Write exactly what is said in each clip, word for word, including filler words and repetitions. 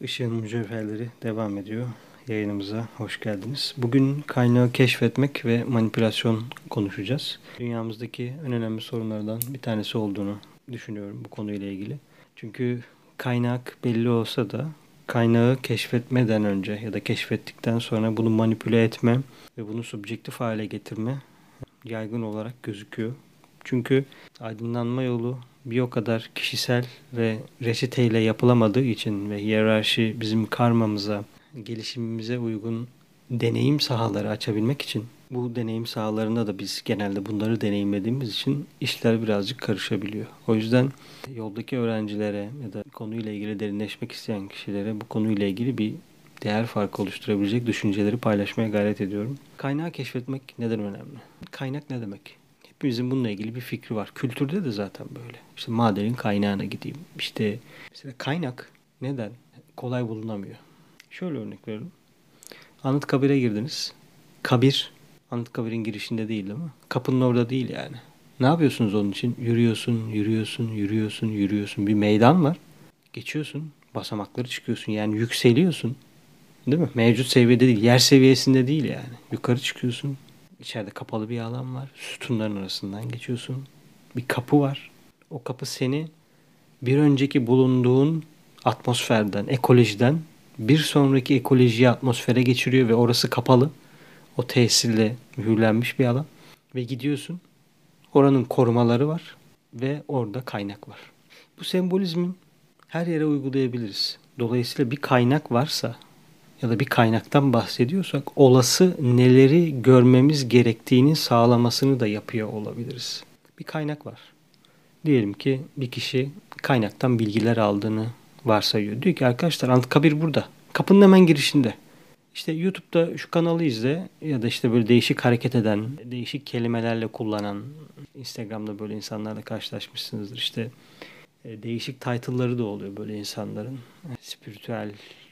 Işığın Mücevherleri devam ediyor. Yayınımıza hoş geldiniz. Bugün kaynağı keşfetmek ve manipülasyon konuşacağız. Dünyamızdaki en önemli sorunlardan bir tanesi olduğunu düşünüyorum bu konuyla ilgili. Çünkü kaynak belli olsa da kaynağı keşfetmeden önce ya da keşfettikten sonra bunu manipüle etme ve bunu subjektif hale getirme yaygın olarak gözüküyor. Çünkü aydınlanma yolu bir o kadar kişisel ve reçeteyle yapılamadığı için ve hiyerarşi bizim karmamıza, gelişimimize uygun deneyim sahaları açabilmek için bu deneyim sahalarında da biz genelde bunları deneyimlediğimiz için işler birazcık karışabiliyor. O yüzden yoldaki öğrencilere ya da konuyla ilgili derinleşmek isteyen kişilere bu konuyla ilgili bir değer farkı oluşturabilecek düşünceleri paylaşmaya gayret ediyorum. Kaynağı keşfetmek neden önemli? Kaynak ne demek? Hepimizin bununla ilgili bir fikri var. Kültürde de zaten böyle. İşte madenin kaynağına gideyim. İşte mesela kaynak neden kolay bulunamıyor? Şöyle örnek verelim. Anıtkabir'e girdiniz. Kabir Anıtkabir'in girişinde değil değil mi? Kapının orada değil yani. Ne yapıyorsunuz onun için? Yürüyorsun, yürüyorsun, yürüyorsun, yürüyorsun. Bir meydan var. Geçiyorsun. Basamakları çıkıyorsun. Yani yükseliyorsun. Değil mi? Mevcut seviyede değil. Yer seviyesinde değil yani. Yukarı çıkıyorsun. İçeride kapalı bir alan var. Sütunların arasından geçiyorsun. Bir kapı var. O kapı seni bir önceki bulunduğun atmosferden, ekolojiden bir sonraki ekolojiye, atmosfere geçiriyor ve orası kapalı. O tesirle mühürlenmiş bir alan. Ve gidiyorsun. Oranın korumaları var ve orada kaynak var. Bu sembolizmin her yere uygulayabiliriz. Dolayısıyla bir kaynak varsa ya da bir kaynaktan bahsediyorsak olası neleri görmemiz gerektiğini sağlamasını da yapıyor olabiliriz. Bir kaynak var. Diyelim ki bir kişi kaynaktan bilgiler aldığını varsayıyor. Diyor ki arkadaşlar Anıtkabir burada. Kapının hemen girişinde. İşte YouTube'da şu kanalı izle ya da işte böyle değişik hareket eden, değişik kelimelerle kullanan, Instagram'da böyle insanlarla karşılaşmışsınızdır. İşte e, değişik title'ları da oluyor böyle insanların. Spiritüel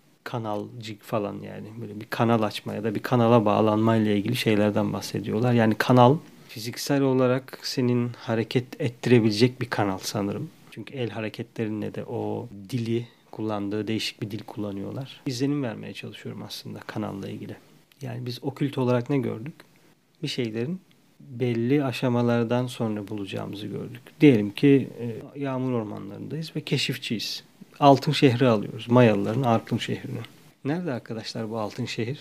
kanalcık falan yani böyle bir kanal açma ya da bir kanala bağlanma ile ilgili şeylerden bahsediyorlar. Yani kanal fiziksel olarak senin hareket ettirebilecek bir kanal sanırım. Çünkü el hareketlerinde de o dili kullandığı değişik bir dil kullanıyorlar. İzlenim vermeye çalışıyorum aslında kanalla ilgili. Yani biz okült olarak ne gördük? Bir şeylerin belli aşamalardan sonra bulacağımızı gördük. Diyelim ki e, yağmur ormanlarındayız ve keşifçiyiz. Altın şehri alıyoruz. Mayalıların altın şehrini. Nerede arkadaşlar bu altın şehir?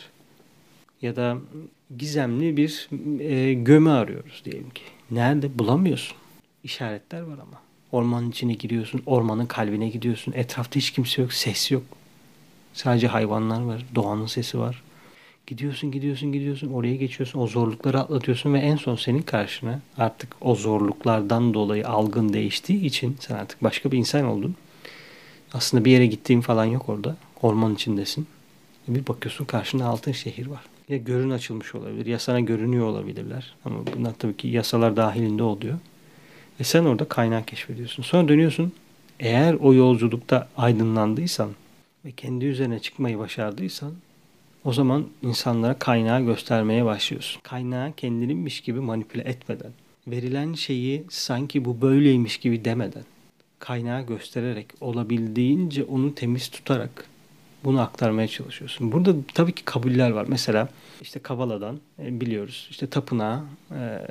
Ya da gizemli bir e, gömü arıyoruz diyelim ki. Nerede? Bulamıyorsun. İşaretler var ama. Ormanın içine giriyorsun. Ormanın kalbine gidiyorsun. Etrafta hiç kimse yok. Ses yok. Sadece hayvanlar var. Doğanın sesi var. Gidiyorsun, gidiyorsun, gidiyorsun. Oraya geçiyorsun. O zorlukları atlatıyorsun ve en son senin karşına artık o zorluklardan dolayı algın değiştiği için sen artık başka bir insan oldun. Aslında bir yere gittiğin falan yok orada. Orman içindesin. Bir bakıyorsun karşında altın şehir var. Ya görün açılmış olabilir ya sana görünüyor olabilirler. Ama bunlar tabii ki yasalar dahilinde oluyor. Ve sen orada kaynağı keşfediyorsun. Sonra dönüyorsun. Eğer o yolculukta aydınlandıysan ve kendi üzerine çıkmayı başardıysan o zaman insanlara kaynağı göstermeye başlıyorsun. Kaynağı kendininmiş gibi manipüle etmeden, verilen şeyi sanki bu böyleymiş gibi demeden, kaynağı göstererek, olabildiğince onu temiz tutarak bunu aktarmaya çalışıyorsun. Burada tabii ki kabuller var. Mesela işte Kabala'dan e, biliyoruz. İşte tapınağa e,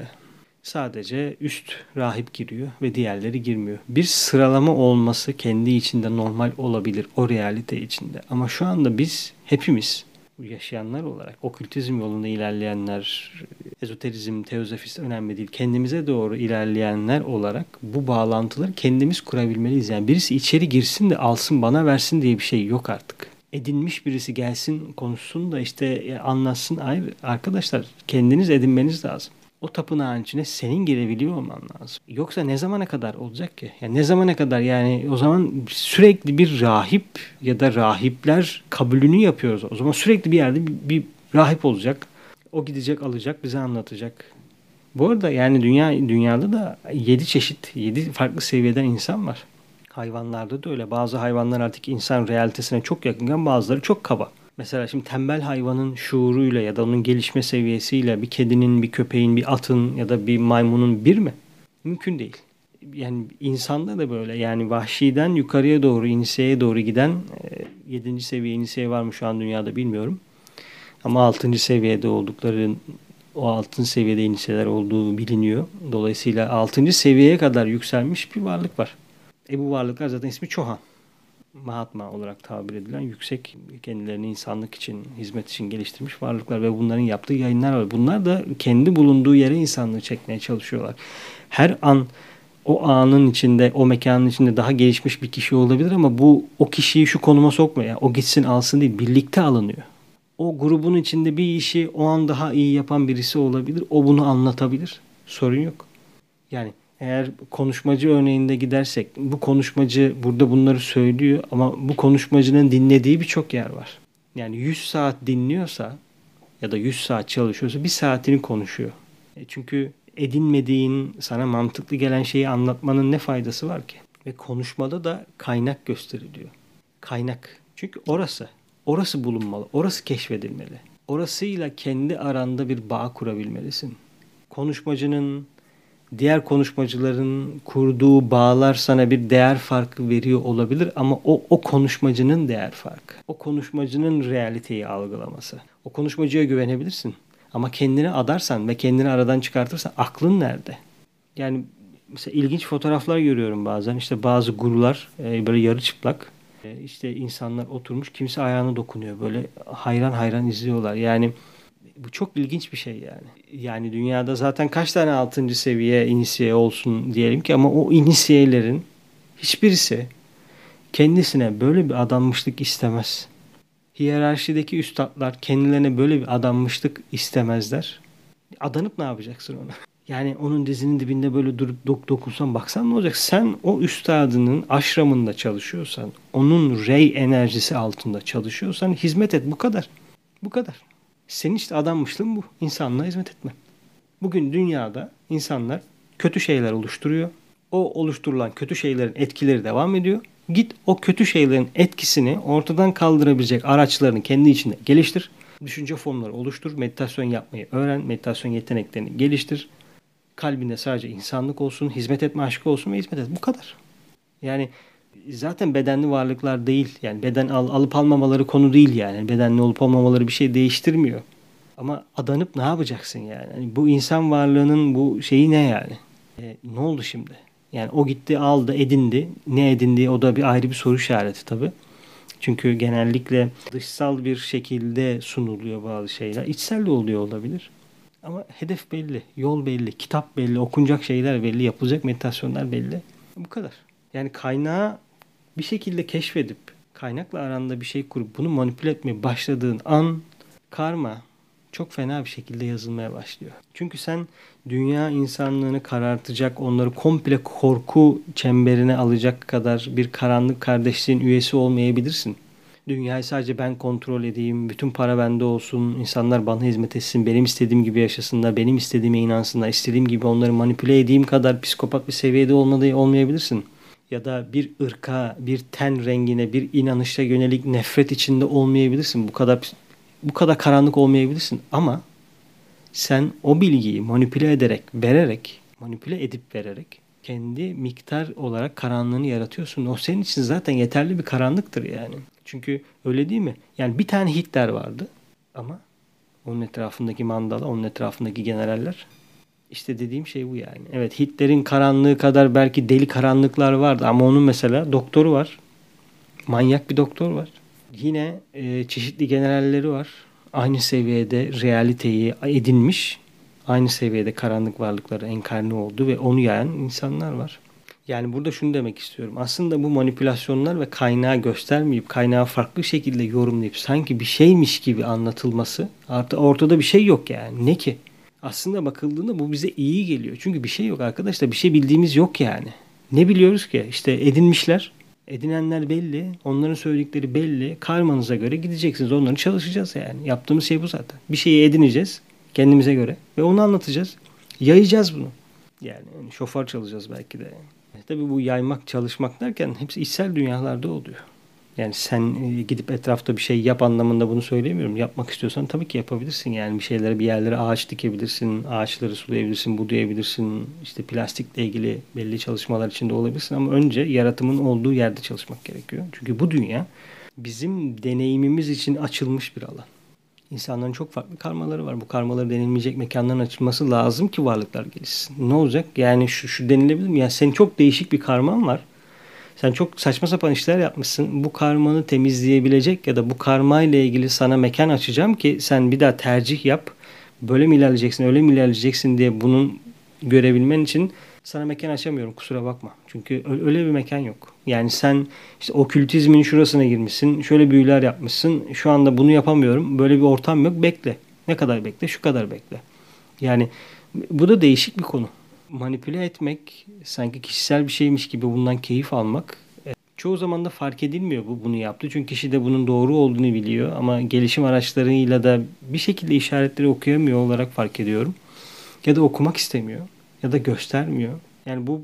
sadece üst rahip giriyor ve diğerleri girmiyor. Bir sıralama olması kendi içinde normal olabilir o realite içinde. Ama şu anda biz hepimiz yaşayanlar olarak, okültizm yolunda ilerleyenler, ezoterizm, teozofist önemli değil. Kendimize doğru ilerleyenler olarak bu bağlantıları kendimiz kurabilmeliyiz. Yani birisi içeri girsin de alsın bana versin diye bir şey yok artık. Edinmiş birisi gelsin konuşsun da işte anlatsın. Hayır arkadaşlar kendiniz edinmeniz lazım. O tapınağın içine senin girebiliyor olman lazım. Yoksa ne zamana kadar olacak ki? Yani ne zamana kadar yani o zaman sürekli bir rahip ya da rahipler kabulünü yapıyoruz. O zaman sürekli bir yerde bir, bir rahip olacak. O gidecek alacak bize anlatacak. Bu arada yani dünya dünyada da yedi çeşit, yedi farklı seviyeden insan var. Hayvanlarda da öyle. Bazı hayvanlar artık insan realitesine çok yakınken bazıları çok kaba. Mesela şimdi tembel hayvanın şuuruyla ya da onun gelişme seviyesiyle bir kedinin, bir köpeğin, bir atın ya da bir maymunun bir mi? Mümkün değil. Yani insanda da böyle, yani vahşiden yukarıya doğru, inisiyeye doğru giden yedinci seviye inisiye var mı şu an dünyada bilmiyorum. Ama altıncı seviyede oldukları, o altıncı seviyede inisiyeler olduğu biliniyor. Dolayısıyla altıncı seviyeye kadar yükselmiş bir varlık var. E bu varlıklar zaten ismi Çohan. Mahatma olarak tabir edilen yüksek, kendilerini insanlık için, hizmet için geliştirmiş varlıklar ve bunların yaptığı yayınlar var. Bunlar da kendi bulunduğu yere insanlığı çekmeye çalışıyorlar. Her an o anın içinde, o mekanın içinde daha gelişmiş bir kişi olabilir ama bu o kişiyi şu konuma sokmuyor. Yani o gitsin alsın değil, birlikte alınıyor. O grubun içinde bir işi o an daha iyi yapan birisi olabilir. O bunu anlatabilir. Sorun yok. Yani eğer konuşmacı örneğinde gidersek, bu konuşmacı burada bunları söylüyor ama bu konuşmacının dinlediği birçok yer var. Yani yüz saat dinliyorsa ya da yüz saat çalışıyorsa bir saatini konuşuyor. E çünkü edinmediğin, sana mantıklı gelen şeyi anlatmanın ne faydası var ki? Ve konuşmada da kaynak gösteriliyor. Kaynak. Çünkü orası, orası bulunmalı, orası keşfedilmeli. Orasıyla kendi aranda bir bağ kurabilmelisin. Konuşmacının, diğer konuşmacıların kurduğu bağlar sana bir değer farkı veriyor olabilir ama o, o konuşmacının değer farkı. O konuşmacının realiteyi algılaması. O konuşmacıya güvenebilirsin. Ama kendini adarsan ve kendini aradan çıkartırsan aklın nerede? Yani mesela ilginç fotoğraflar görüyorum bazen. İşte bazı gurular e, böyle yarı çıplak. E, işte insanlar oturmuş, kimse ayağına dokunuyor. Böyle hayran hayran izliyorlar. Yani bu çok ilginç bir şey yani. Yani dünyada zaten kaç tane altıncı seviye inisiye olsun diyelim ki ama o inisiyelerin hiçbirisi kendisine böyle bir adanmışlık istemez. Hiyerarşideki üstadlar kendilerine böyle bir adanmışlık istemezler. Adanıp ne yapacaksın ona? Yani onun dizinin dibinde böyle durup dok dokunsan baksan ne olacak? Sen o üstadının aşramında çalışıyorsan, onun rey enerjisi altında çalışıyorsan hizmet et, bu kadar. Bu kadar. Senin işte adanmışlığın bu. İnsanlığa hizmet etme. Bugün dünyada insanlar kötü şeyler oluşturuyor. O oluşturulan kötü şeylerin etkileri devam ediyor. Git o kötü şeylerin etkisini ortadan kaldırabilecek araçlarını kendi içinde geliştir. Düşünce formları oluştur. Meditasyon yapmayı öğren. Meditasyon yeteneklerini geliştir. Kalbinde sadece insanlık olsun, hizmet etme aşkı olsun ve hizmet et. Bu kadar. Yani zaten bedenli varlıklar değil. Yani beden al, alıp almamaları konu değil yani. Bedenli olup olmamaları bir şey değiştirmiyor. Ama adanıp ne yapacaksın yani? Yani bu insan varlığının bu şeyi ne yani? E, ne oldu şimdi? Yani o gitti, aldı, edindi. Ne edindi o da bir ayrı bir soru işareti tabii. Çünkü genellikle dışsal bir şekilde sunuluyor bazı şeyler. İçsel de oluyor olabilir. Ama hedef belli, yol belli, kitap belli, okunacak şeyler belli, yapılacak meditasyonlar belli. Bu kadar. Yani kaynağı bir şekilde keşfedip, kaynakla aranda bir şey kurup bunu manipüle etmeye başladığın an karma çok fena bir şekilde yazılmaya başlıyor. Çünkü sen dünya insanlığını karartacak, onları komple korku çemberine alacak kadar bir karanlık kardeşliğin üyesi olmayabilirsin. Dünyayı sadece ben kontrol edeyim, bütün para bende olsun, insanlar bana hizmet etsin, benim istediğim gibi yaşasınlar, benim istediğime inansınlar, istediğim gibi onları manipüle edeyim kadar psikopat bir seviyede olmadığı olmayabilirsin. Ya da bir ırka, bir ten rengine, bir inanışa yönelik nefret içinde olmayabilirsin. Bu kadar bu kadar karanlık olmayabilirsin ama sen o bilgiyi manipüle ederek, vererek, manipüle edip vererek kendi miktar olarak karanlığını yaratıyorsun. O senin için zaten yeterli bir karanlıktır yani. Çünkü öyle değil mi? Yani bir tane Hitler vardı ama onun etrafındaki mandala, onun etrafındaki generaller. İşte dediğim şey bu yani. Evet, Hitler'in karanlığı kadar belki deli karanlıklar vardı ama onun mesela doktoru var. Manyak bir doktor var. Yine e, çeşitli generalleri var. Aynı seviyede realiteyi edinmiş, aynı seviyede karanlık varlıkları enkarne oldu ve onu yayan insanlar var. Yani burada şunu demek istiyorum. Aslında bu manipülasyonlar ve kaynağı göstermeyip, kaynağı farklı şekilde yorumlayıp sanki bir şeymiş gibi anlatılması, artık ortada bir şey yok yani. Ne ki? Aslında bakıldığında bu bize iyi geliyor. Çünkü bir şey yok arkadaşlar. Bir şey bildiğimiz yok yani. Ne biliyoruz ki? İşte edinmişler. Edinenler belli. Onların söyledikleri belli. Karmanıza göre gideceksiniz. Onları çalışacağız yani. Yaptığımız şey bu zaten. Bir şeyi edineceğiz kendimize göre. Ve onu anlatacağız. Yayacağız bunu. Yani, yani şoför çalacağız belki de. Yani. Tabii bu yaymak, çalışmak derken hepsi içsel dünyalarda oluyor. Yani sen e, gidip etrafta bir şey yap anlamında bunu söylemiyorum. Yapmak istiyorsan tabii ki yapabilirsin. Yani bir şeylere, bir yerlere ağaç dikebilirsin, ağaçları sulayabilirsin, budayabilirsin. İşte plastikle ilgili belli çalışmalar içinde olabilirsin ama önce yaratımın olduğu yerde çalışmak gerekiyor. Çünkü bu dünya bizim deneyimimiz için açılmış bir alan. İnsanların çok farklı karmaları var. Bu karmaları denilmeyecek mekanların açılması lazım ki varlıklar gelişsin. Ne olacak? Yani şu, şu denilebilir mi? Yani senin çok değişik bir karman var. Sen çok saçma sapan işler yapmışsın. Bu karmanı temizleyebilecek ya da bu karmayla ilgili sana mekan açacağım ki sen bir daha tercih yap. Böyle mi ilerleyeceksin, öyle mi ilerleyeceksin diye bunun görebilmen için sana mekan açamıyorum. Kusura bakma. Çünkü öyle bir mekan yok. Yani sen işte okültizmin şurasına girmişsin. Şöyle büyüler yapmışsın. Şu anda bunu yapamıyorum. Böyle bir ortam yok. Bekle. Ne kadar bekle? Şu kadar bekle. Yani bu da değişik bir konu. Manipüle etmek, sanki kişisel bir şeymiş gibi bundan keyif almak e, çoğu zaman da fark edilmiyor bu bunu yaptı. Çünkü kişi de bunun doğru olduğunu biliyor ama gelişim araçlarıyla da bir şekilde işaretleri okuyamıyor olarak fark ediyorum. Ya da okumak istemiyor ya da göstermiyor. Yani bu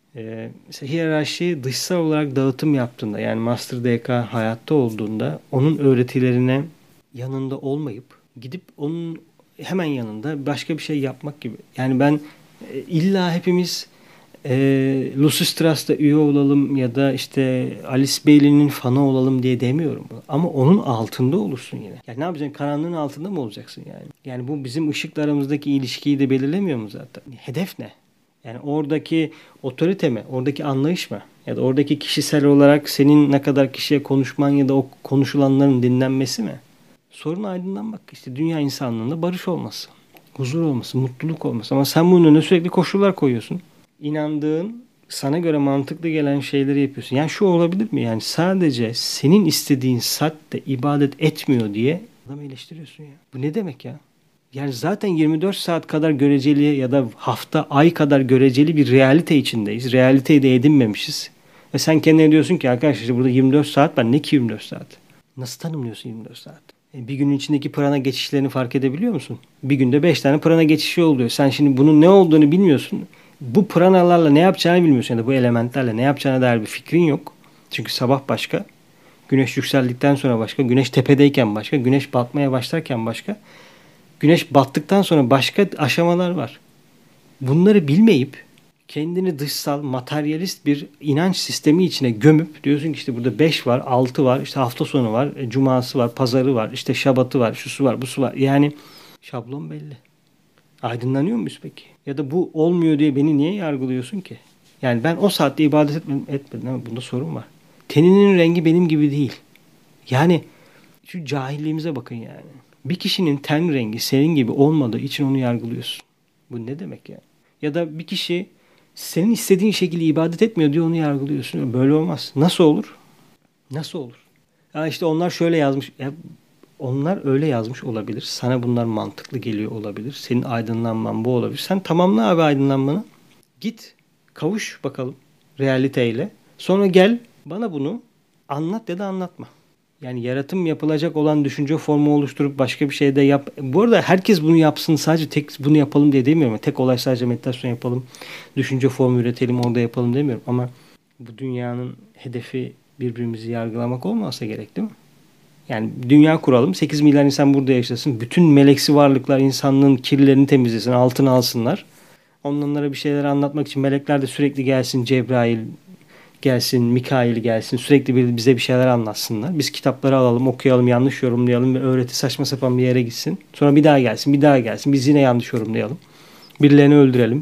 e, mesela hiyerarşi dışsal olarak dağıtım yaptığında yani Master D K hayatta olduğunda onun öğretilerine yanında olmayıp gidip onun hemen yanında başka bir şey yapmak gibi. Yani ben e, illa hepimiz e, Lucis Trust'a üye olalım ya da işte Alice Bailey'nin fanı olalım diye demiyorum. Ama onun altında olursun yine. Yani ne yapacaksın? Karanlığın altında mı olacaksın yani? Yani bu bizim ışıkla aramızdaki ilişkiyi de belirlemiyor mu zaten? Hedef ne? Yani oradaki otorite mi? Oradaki anlayış mı? Ya da oradaki kişisel olarak senin ne kadar kişiye konuşman ya da o konuşulanların dinlenmesi mi? Sorun aydınlanmak. İşte dünya insanlığında barış olması, huzur olması, mutluluk olması. Ama sen bunun önüne sürekli koşullar koyuyorsun. İnandığın, sana göre mantıklı gelen şeyleri yapıyorsun. Yani şu olabilir mi? Yani sadece senin istediğin saatte ibadet etmiyor diye adamı eleştiriyorsun ya. Bu ne demek ya? Yani zaten yirmi dört saat kadar göreceli ya da hafta, ay kadar göreceli bir realite içindeyiz. Realiteyi de edinmemişiz. Ve sen kendine diyorsun ki arkadaşlar işte burada yirmi dört saat var. Ne ki yirmi dört saat? Nasıl tanımlıyorsun yirmi dört saat? E, Bir günün içindeki prana geçişlerini fark edebiliyor musun? Bir günde beş tane prana geçişi oluyor. Sen şimdi bunun ne olduğunu bilmiyorsun. Bu pranalarla ne yapacağını bilmiyorsun ya da bu elementlerle ne yapacağına dair bir fikrin yok. Çünkü sabah başka, güneş yükseldikten sonra başka, güneş tepedeyken başka, güneş batmaya başlarken başka, güneş battıktan sonra başka aşamalar var. Bunları bilmeyip kendini dışsal, materyalist bir inanç sistemi içine gömüp diyorsun ki işte burada beş var, altı var, işte hafta sonu var, e, cuması var, pazarı var, işte şabatı var, şusu var, busu var. Yani şablon belli. Aydınlanıyor muyuz peki? Ya da bu olmuyor diye beni niye yargılıyorsun ki? Yani ben o saatte ibadet etmedim, etmedim ama bunda sorun var. Teninin rengi benim gibi değil. Yani şu cahilliğimize bakın yani. Bir kişinin ten rengi senin gibi olmadığı için onu yargılıyorsun. Bu ne demek ya? Ya da bir kişi senin istediğin şekilde ibadet etmiyor diye onu yargılıyorsun. Böyle olmaz. Nasıl olur? Nasıl olur? Ya işte onlar şöyle yazmış. Ya onlar öyle yazmış olabilir. Sana bunlar mantıklı geliyor olabilir. Senin aydınlanman bu olabilir. Sen tamamla abi aydınlanmanı. Git kavuş bakalım realiteyle. Sonra gel bana bunu anlat ya da anlatma. Yani yaratım yapılacak olan düşünce formu oluşturup başka bir şey de yap. Bu arada herkes bunu yapsın. Sadece tek bunu yapalım diye demiyorum. Tek olay sadece meditasyon yapalım. Düşünce formu üretelim orada yapalım demiyorum. Ama bu dünyanın hedefi birbirimizi yargılamak olmasa gerek değil mi? Yani dünya kuralım. sekiz milyar insan burada yaşasın. Bütün meleksi varlıklar insanlığın kirlerini temizlesin. Altını alsınlar. Onlara bir şeyler anlatmak için melekler de sürekli gelsin. Cebrail gelsin, Mikail gelsin. Sürekli bize bir şeyler anlatsınlar. Biz kitapları alalım, okuyalım, yanlış yorumlayalım ve öğreti saçma sapan bir yere gitsin. Sonra bir daha gelsin, bir daha gelsin. Biz yine yanlış yorumlayalım. Birilerini öldürelim.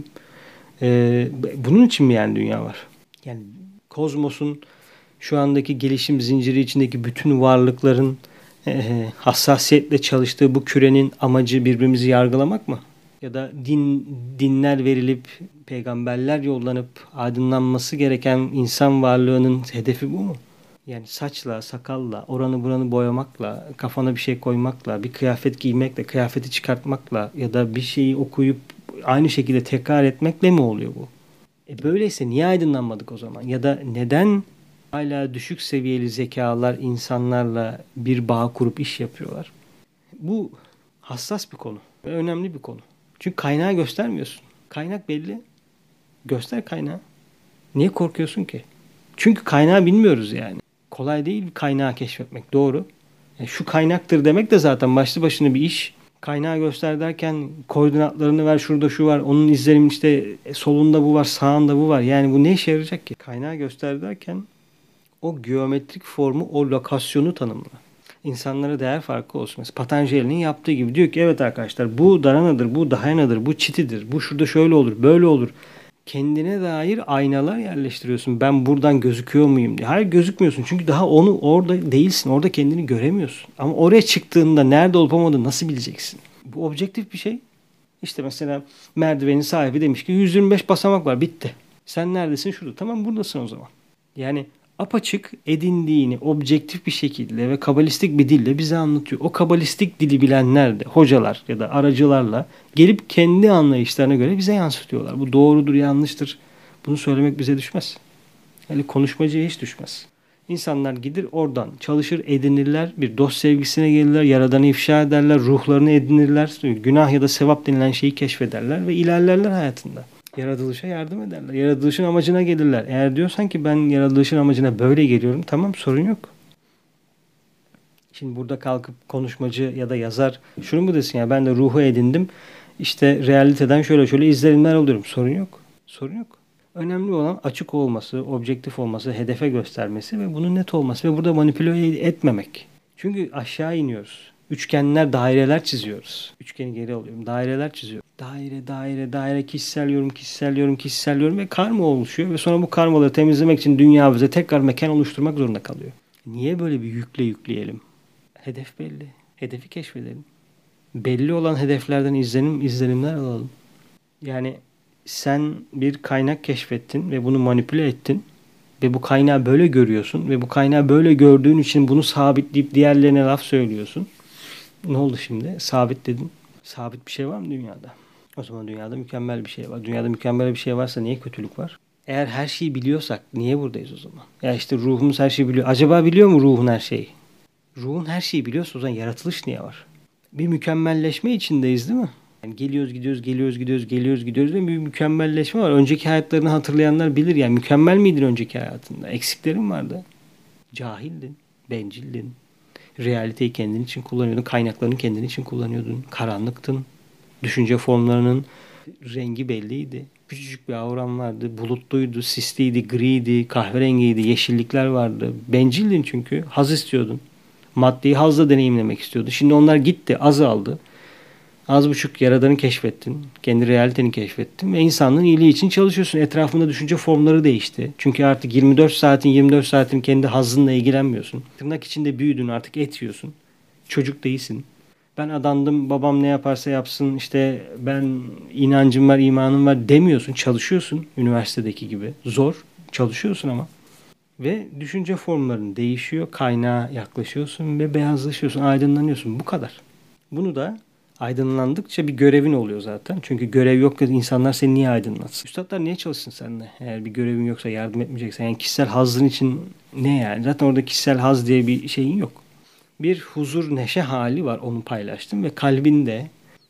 Ee, bunun için mi yani dünya var? Yani kozmosun şu andaki gelişim zinciri içindeki bütün varlıkların e, hassasiyetle çalıştığı bu kürenin amacı birbirimizi yargılamak mı? Ya da din dinler verilip peygamberler yollanıp aydınlanması gereken insan varlığının hedefi bu mu? Yani saçla, sakalla, oranı buranı boyamakla, kafana bir şey koymakla, bir kıyafet giymekle, kıyafeti çıkartmakla ya da bir şeyi okuyup aynı şekilde tekrar etmekle mi oluyor bu? E böyleyse niye aydınlanmadık o zaman? Ya da neden hala düşük seviyeli zekalar insanlarla bir bağ kurup iş yapıyorlar? Bu hassas bir konu ve önemli bir konu. Çünkü kaynağı göstermiyorsun. Kaynak belli. Göster kaynağı. Niye korkuyorsun ki? Çünkü kaynağı bilmiyoruz yani. Kolay değil bir kaynağı keşfetmek. Doğru. E şu kaynaktır demek de zaten başlı başına bir iş. Kaynağı göster derken koordinatlarını ver, şurada şu var, onun izlenim işte solunda bu var, sağında bu var. Yani bu ne işe yarayacak ki? Kaynağı göster derken o geometrik formu, o lokasyonu tanımla. İnsanlara değer farkı olsun. Mesela Patanjali'nin yaptığı gibi diyor ki evet arkadaşlar bu Dharana'dır, bu Dhyana'dır, bu Chiti'dir, bu şurada şöyle olur, böyle olur. Kendine dair aynalar yerleştiriyorsun. Ben buradan gözüküyor muyum diye. Hayır gözükmüyorsun. Çünkü daha onu orada değilsin. Orada kendini göremiyorsun. Ama oraya çıktığında nerede olup olmadığını nasıl bileceksin? Bu objektif bir şey. İşte mesela merdivenin sahibi demiş ki yüz yirmi beş basamak var. Bitti. Sen neredesin? Şurada. Tamam buradasın o zaman. Yani apaçık edindiğini objektif bir şekilde ve kabalistik bir dille bize anlatıyor. O kabalistik dili bilenler de hocalar ya da aracılarla gelip kendi anlayışlarına göre bize yansıtıyorlar. Bu doğrudur, yanlıştır. Bunu söylemek bize düşmez. Yani konuşmacıya hiç düşmez. İnsanlar gider oradan çalışır edinirler. Bir dost sevgisine gelirler. Yaradanı ifşa ederler. Ruhlarını edinirler. Günah ya da sevap denilen şeyi keşfederler ve ilerlerler hayatında. Yaratılışa yardım ederler. Yaratılışın amacına gelirler. Eğer diyorsan ki ben yaratılışın amacına böyle geliyorum. Tamam sorun yok. Şimdi burada kalkıp konuşmacı ya da yazar şunu mu desin ya ben de ruhu edindim. İşte realiteden şöyle şöyle izlenimler alıyorum. Sorun yok. Sorun yok. Önemli olan açık olması, objektif olması, hedefe göstermesi ve bunun net olması ve burada manipüle etmemek. Çünkü aşağı iniyoruz. Üçgenler, daireler çiziyoruz. Üçgeni geri alıyorum. Daireler çiziyorum. Daire, daire, daire, kişisel yorum, kişisel yorum, kişisel yorum ve karma oluşuyor. Ve sonra bu karmaları temizlemek için dünya bize tekrar mekan oluşturmak zorunda kalıyor. Niye böyle bir yükle yükleyelim? Hedef belli. Hedefi keşfedelim. Belli olan hedeflerden izlenim, izlenimler alalım. Yani sen bir kaynak keşfettin ve bunu manipüle ettin. Ve bu kaynağı böyle görüyorsun. Ve bu kaynağı böyle gördüğün için bunu sabitleyip diğerlerine laf söylüyorsun. Ne oldu şimdi? Sabit dedin. Sabit bir şey var mı dünyada? O zaman dünyada mükemmel bir şey var. Dünyada mükemmel bir şey varsa niye kötülük var? Eğer her şeyi biliyorsak niye buradayız o zaman? Ya işte ruhumuz her şeyi biliyor. Acaba biliyor mu ruhun her şeyi? Ruhun her şeyi biliyorsa o zaman yaratılış niye var? Bir mükemmelleşme içindeyiz değil mi? Yani geliyoruz gidiyoruz geliyoruz gidiyoruz geliyoruz gidiyoruz ve bir mükemmelleşme var. Önceki hayatlarını hatırlayanlar bilir. Yani mükemmel miydin önceki hayatında? Eksiklerin vardı. Cahildin, bencildin. Realiteyi kendin için kullanıyordun. Kaynaklarını kendin için kullanıyordun. Karanlıktın. Düşünce formlarının rengi belliydi. Küçücük bir avran vardı. Bulutluydu, sisliydi, griydi, kahverengiydi, yeşillikler vardı. Bencildin çünkü. Haz istiyordun. Maddeyi hazla deneyimlemek istiyordun. Şimdi onlar gitti, azaldı. Az buçuk yaradanı keşfettin. Kendi realiteni keşfettin. Ve insanlığın iyiliği için çalışıyorsun. Etrafında düşünce formları değişti. Çünkü artık yirmi dört saatin yirmi dört saatin kendi hazzınla ilgilenmiyorsun. Tırnak içinde büyüdün artık et yiyorsun. Çocuk değilsin. Ben adandım babam ne yaparsa yapsın işte ben inancım var imanım var demiyorsun. Çalışıyorsun üniversitedeki gibi. Zor çalışıyorsun ama. Ve düşünce formların değişiyor. Kaynağa yaklaşıyorsun ve beyazlaşıyorsun. Aydınlanıyorsun. Bu kadar. Bunu da aydınlandıkça bir görevin oluyor zaten. Çünkü görev yok da insanlar seni niye aydınlatsın? Üstadlar niye çalışsın seninle? Eğer bir görevin yoksa yardım etmeyeceksen. Yani kişisel hazzın için ne yani? Zaten orada kişisel haz diye bir şeyin yok. Bir huzur, neşe hali var onu paylaştım ve kalbinde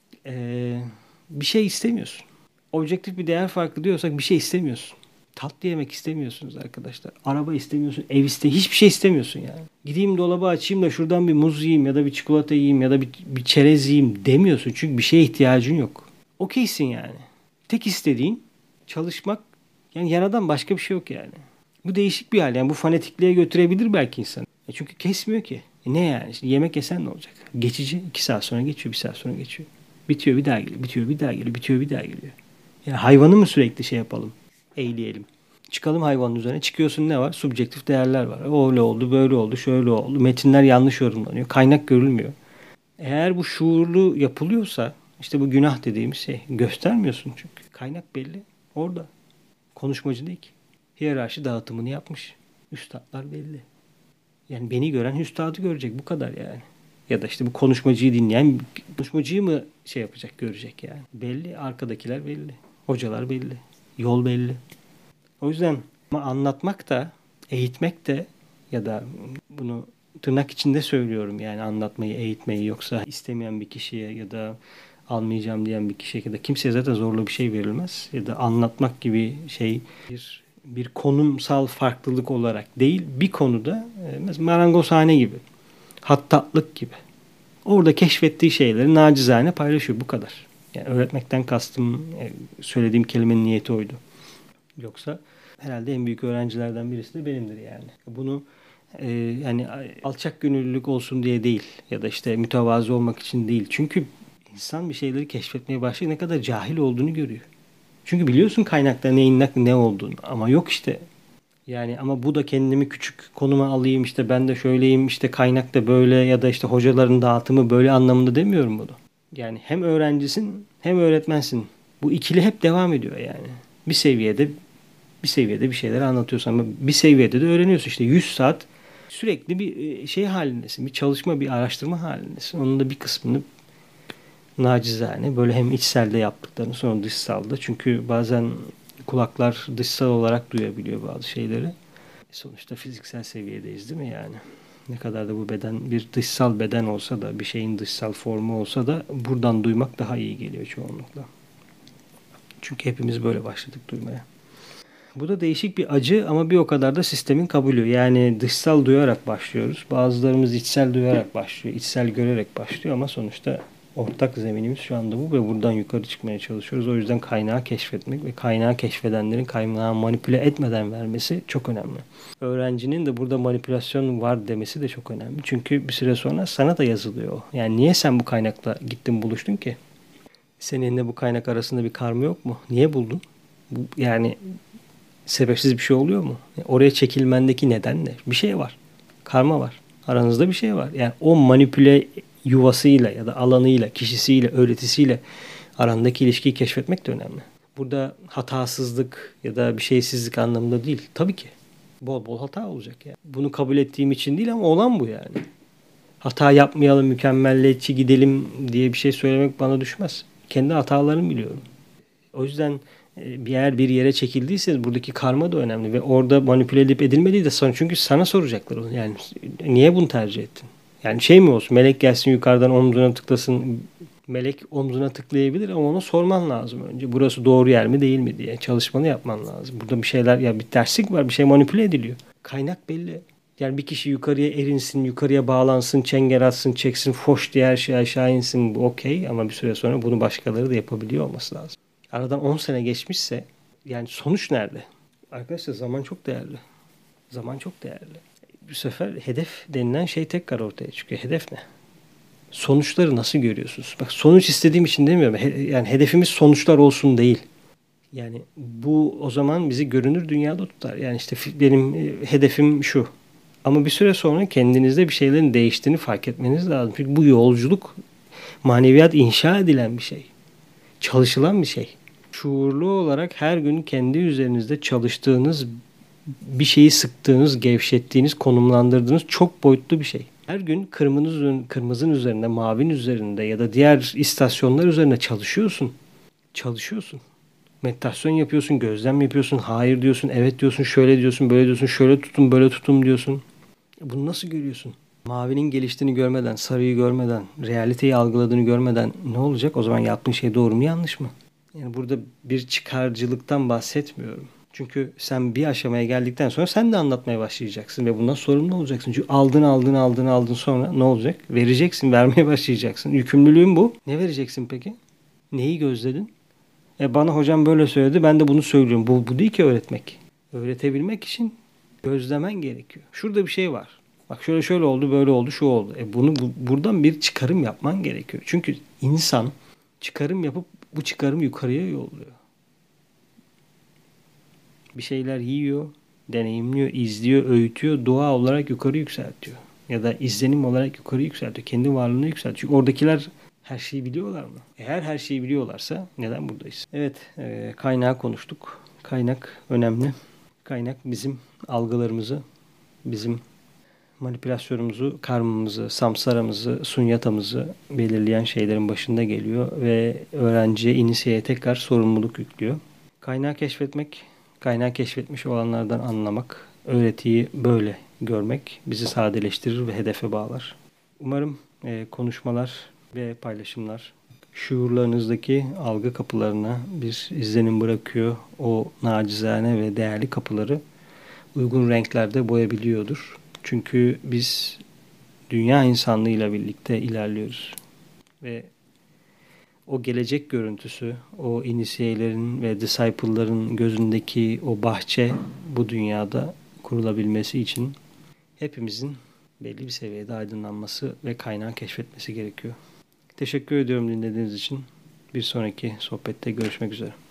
ee, bir şey istemiyorsun. Objektif bir değer farkı diyorsak bir şey istemiyorsun. Tatlı yemek istemiyorsunuz arkadaşlar. Araba istemiyorsun, ev istemiyorsun. Hiçbir şey istemiyorsun yani. Gideyim dolabı açayım da şuradan bir muz yiyeyim ya da bir çikolata yiyeyim ya da bir, bir çerez yiyeyim demiyorsun. Çünkü bir şeye ihtiyacın yok. Okeysin yani. Tek istediğin çalışmak. Yani yaradan başka bir şey yok yani. Bu değişik bir hal. Yani bu fanatikliğe götürebilir belki insan. E çünkü kesmiyor ki. E ne yani? Şimdi yemek yesen ne olacak? Geçici. iki saat sonra geçiyor, bir saat sonra geçiyor. Bitiyor bir daha geliyor, bitiyor bir daha geliyor, bitiyor bir daha geliyor. Yani hayvanı mı sürekli şey yapalım? Eğleyelim. Çıkalım hayvanın üzerine. Çıkıyorsun ne var? Subjektif değerler var. Öyle oldu, böyle oldu, şöyle oldu. Metinler yanlış yorumlanıyor. Kaynak görülmüyor. Eğer bu şuurlu yapılıyorsa işte bu günah dediğimiz şey. Göstermiyorsun çünkü. Kaynak belli. Orada. Konuşmacı değil ki. Hiyerarşi dağıtımını yapmış. Üstadlar belli. Yani beni gören üstadı görecek. Bu kadar yani. Ya da işte bu konuşmacıyı dinleyen konuşmacıyı mı şey yapacak, görecek yani. Belli. Arkadakiler belli. Hocalar belli. Yol belli. O yüzden ama anlatmak da, eğitmek de ya da bunu tırnak içinde söylüyorum yani anlatmayı, eğitmeyi yoksa istemeyen bir kişiye ya da almayacağım diyen bir kişiye ya da kimseye zaten zorla bir şey verilmez. Ya da anlatmak gibi şey bir bir konumsal farklılık olarak değil, bir konuda e, mesela marangozhane gibi, hattatlık gibi. Orada keşfettiği şeyleri nacizane paylaşıyor. Bu kadar. Yani öğretmekten kastım, e, söylediğim kelimenin niyeti oydu. Yoksa herhalde en büyük öğrencilerden birisi de benimdir yani. Bunu e, yani alçak gönüllülük olsun diye değil ya da işte mütevazı olmak için değil. Çünkü insan bir şeyleri keşfetmeye başlıyor, ne kadar cahil olduğunu görüyor. Çünkü biliyorsun kaynakta neyin ne ne olduğunu ama yok işte. Yani ama bu da kendimi küçük konuma alayım, işte ben de şöyleyim, işte kaynakta böyle ya da işte hocaların dağıtımı böyle anlamında demiyorum bunu. Yani hem öğrencisin hem öğretmensin. Bu ikili hep devam ediyor yani. Bir seviyede bir seviyede bir şeyler anlatıyorsun ama bir seviyede de öğreniyorsun. İşte yüz saat sürekli bir şey halindesin. Bir çalışma, bir araştırma halindesin. Onun da bir kısmını nacizane böyle hem içselde yaptıklarını sonra dışsalda. Çünkü bazen kulaklar dışsal olarak duyabiliyor bazı şeyleri. Sonuçta fiziksel seviyedeyiz değil mi yani? Ne kadar da bu beden bir dışsal beden olsa da, bir şeyin dışsal formu olsa da buradan duymak daha iyi geliyor çoğunlukla. Çünkü hepimiz böyle başladık duymaya. Bu da değişik bir acı ama bir o kadar da sistemin kabulü. Yani dışsal duyarak başlıyoruz. Bazılarımız içsel duyarak başlıyor, içsel görerek başlıyor ama sonuçta ortak zeminimiz şu anda bu ve buradan yukarı çıkmaya çalışıyoruz. O yüzden kaynağı keşfetmek ve kaynağı keşfedenlerin kaynağı manipüle etmeden vermesi çok önemli. Öğrencinin de burada manipülasyon var demesi de çok önemli. Çünkü bir süre sonra sana da yazılıyor o. Yani niye sen bu kaynakla gittin buluştun ki? Seninle bu kaynak arasında bir karma yok mu? Niye buldun? Bu, yani sebepsiz bir şey oluyor mu? Oraya çekilmendeki neden ne? Bir şey var. Karma var. Aranızda bir şey var. Yani o manipüle yuvasıyla ya da alanıyla, kişisiyle, öğretisiyle arandaki ilişkiyi keşfetmek de önemli. Burada hatasızlık ya da bir şeysizlik anlamında değil. Tabii ki. Bol bol hata olacak yani. Bunu kabul ettiğim için değil ama olan bu yani. Hata yapmayalım, mükemmelliyetçi gidelim diye bir şey söylemek bana düşmez. Kendi hatalarımı biliyorum. O yüzden bir yer bir yere çekildiyseniz buradaki karma da önemli ve orada manipüle edip edilmediği de sana, çünkü sana soracaklar onu. Yani niye bunu tercih ettin? Yani şey mi olsun, melek gelsin yukarıdan omzuna tıklasın, melek omzuna tıklayabilir ama ona sorman lazım önce. Burası doğru yer mi değil mi diye çalışmanı yapman lazım. Burada bir şeyler, ya bir terslik var, bir şey manipüle ediliyor. Kaynak belli. Yani bir kişi yukarıya erinsin, yukarıya bağlansın, çengel atsın, çeksin, foş diye her şey aşağı insin, bu okey ama bir süre sonra bunu başkaları da yapabiliyor olması lazım. Aradan on sene geçmişse yani sonuç nerede? Arkadaşlar zaman çok değerli. Zaman çok değerli. Bu sefer hedef denilen şey tekrar ortaya çıkıyor. Hedef ne? Sonuçları nasıl görüyorsunuz? Bak, sonuç istediğim için demiyorum. He, yani hedefimiz sonuçlar olsun değil. Yani bu o zaman bizi görünür dünyada tutar. Yani işte benim hedefim şu. Ama bir süre sonra kendinizde bir şeylerin değiştiğini fark etmeniz lazım. Çünkü bu yolculuk maneviyat inşa edilen bir şey. Çalışılan bir şey. Şuurlu olarak her gün kendi üzerinizde çalıştığınız, bir şeyi sıktığınız, gevşettiğiniz, konumlandırdığınız çok boyutlu bir şey. Her gün kırmızının, kırmızının üzerinde, mavinin üzerinde ya da diğer istasyonlar üzerinde çalışıyorsun. Çalışıyorsun. Meditasyon yapıyorsun, gözlem yapıyorsun, hayır diyorsun, evet diyorsun, şöyle diyorsun, böyle diyorsun, şöyle tutun, böyle tutun diyorsun. Bunu nasıl görüyorsun? Mavinin geliştiğini görmeden, sarıyı görmeden, realiteyi algıladığını görmeden ne olacak? O zaman yaptığın şey doğru mu, yanlış mı? Yani burada bir çıkarcılıktan bahsetmiyorum. Çünkü sen bir aşamaya geldikten sonra sen de anlatmaya başlayacaksın ve bundan sorumlu olacaksın. Çünkü aldın aldın aldın aldın sonra ne olacak? Vereceksin, vermeye başlayacaksın. Yükümlülüğün bu. Ne vereceksin peki? Neyi gözledin? E bana hocam böyle söyledi, ben de bunu söylüyorum. Bu, bu değil ki öğretmek. Öğretebilmek için gözlemen gerekiyor. Şurada bir şey var. Bak şöyle şöyle oldu, böyle oldu, şu oldu. E bunu bu, buradan bir çıkarım yapman gerekiyor. Çünkü insan çıkarım yapıp bu çıkarımı yukarıya yolluyor. Bir şeyler yiyor, deneyimliyor, izliyor, öğütüyor, dua olarak yukarı yükseltiyor. Ya da izlenim olarak yukarı yükseltiyor. Kendi varlığını yükseltiyor. Çünkü oradakiler her şeyi biliyorlar mı? Eğer her şeyi biliyorlarsa neden buradayız? Evet, e, kaynağı konuştuk. Kaynak önemli. Kaynak bizim algılarımızı, bizim manipülasyonumuzu, karmamızı, samsaramızı, sunyatamızı belirleyen şeylerin başında geliyor ve öğrenciye, inisiyeye tekrar sorumluluk yüklüyor. Kaynağı keşfetmek, kaynağı keşfetmiş olanlardan anlamak, öğretiyi böyle görmek bizi sadeleştirir ve hedefe bağlar. Umarım e, konuşmalar ve paylaşımlar şuurlarınızdaki algı kapılarına bir izlenim bırakıyor. O nacizane ve değerli kapıları uygun renklerde boyabiliyordur. Çünkü biz dünya insanlığıyla birlikte ilerliyoruz. Ve o gelecek görüntüsü, o inisiyelerin ve disciple'ların gözündeki o bahçe bu dünyada kurulabilmesi için hepimizin belli bir seviyede aydınlanması ve kaynağı keşfetmesi gerekiyor. Teşekkür ediyorum dinlediğiniz için. Bir sonraki sohbette görüşmek üzere.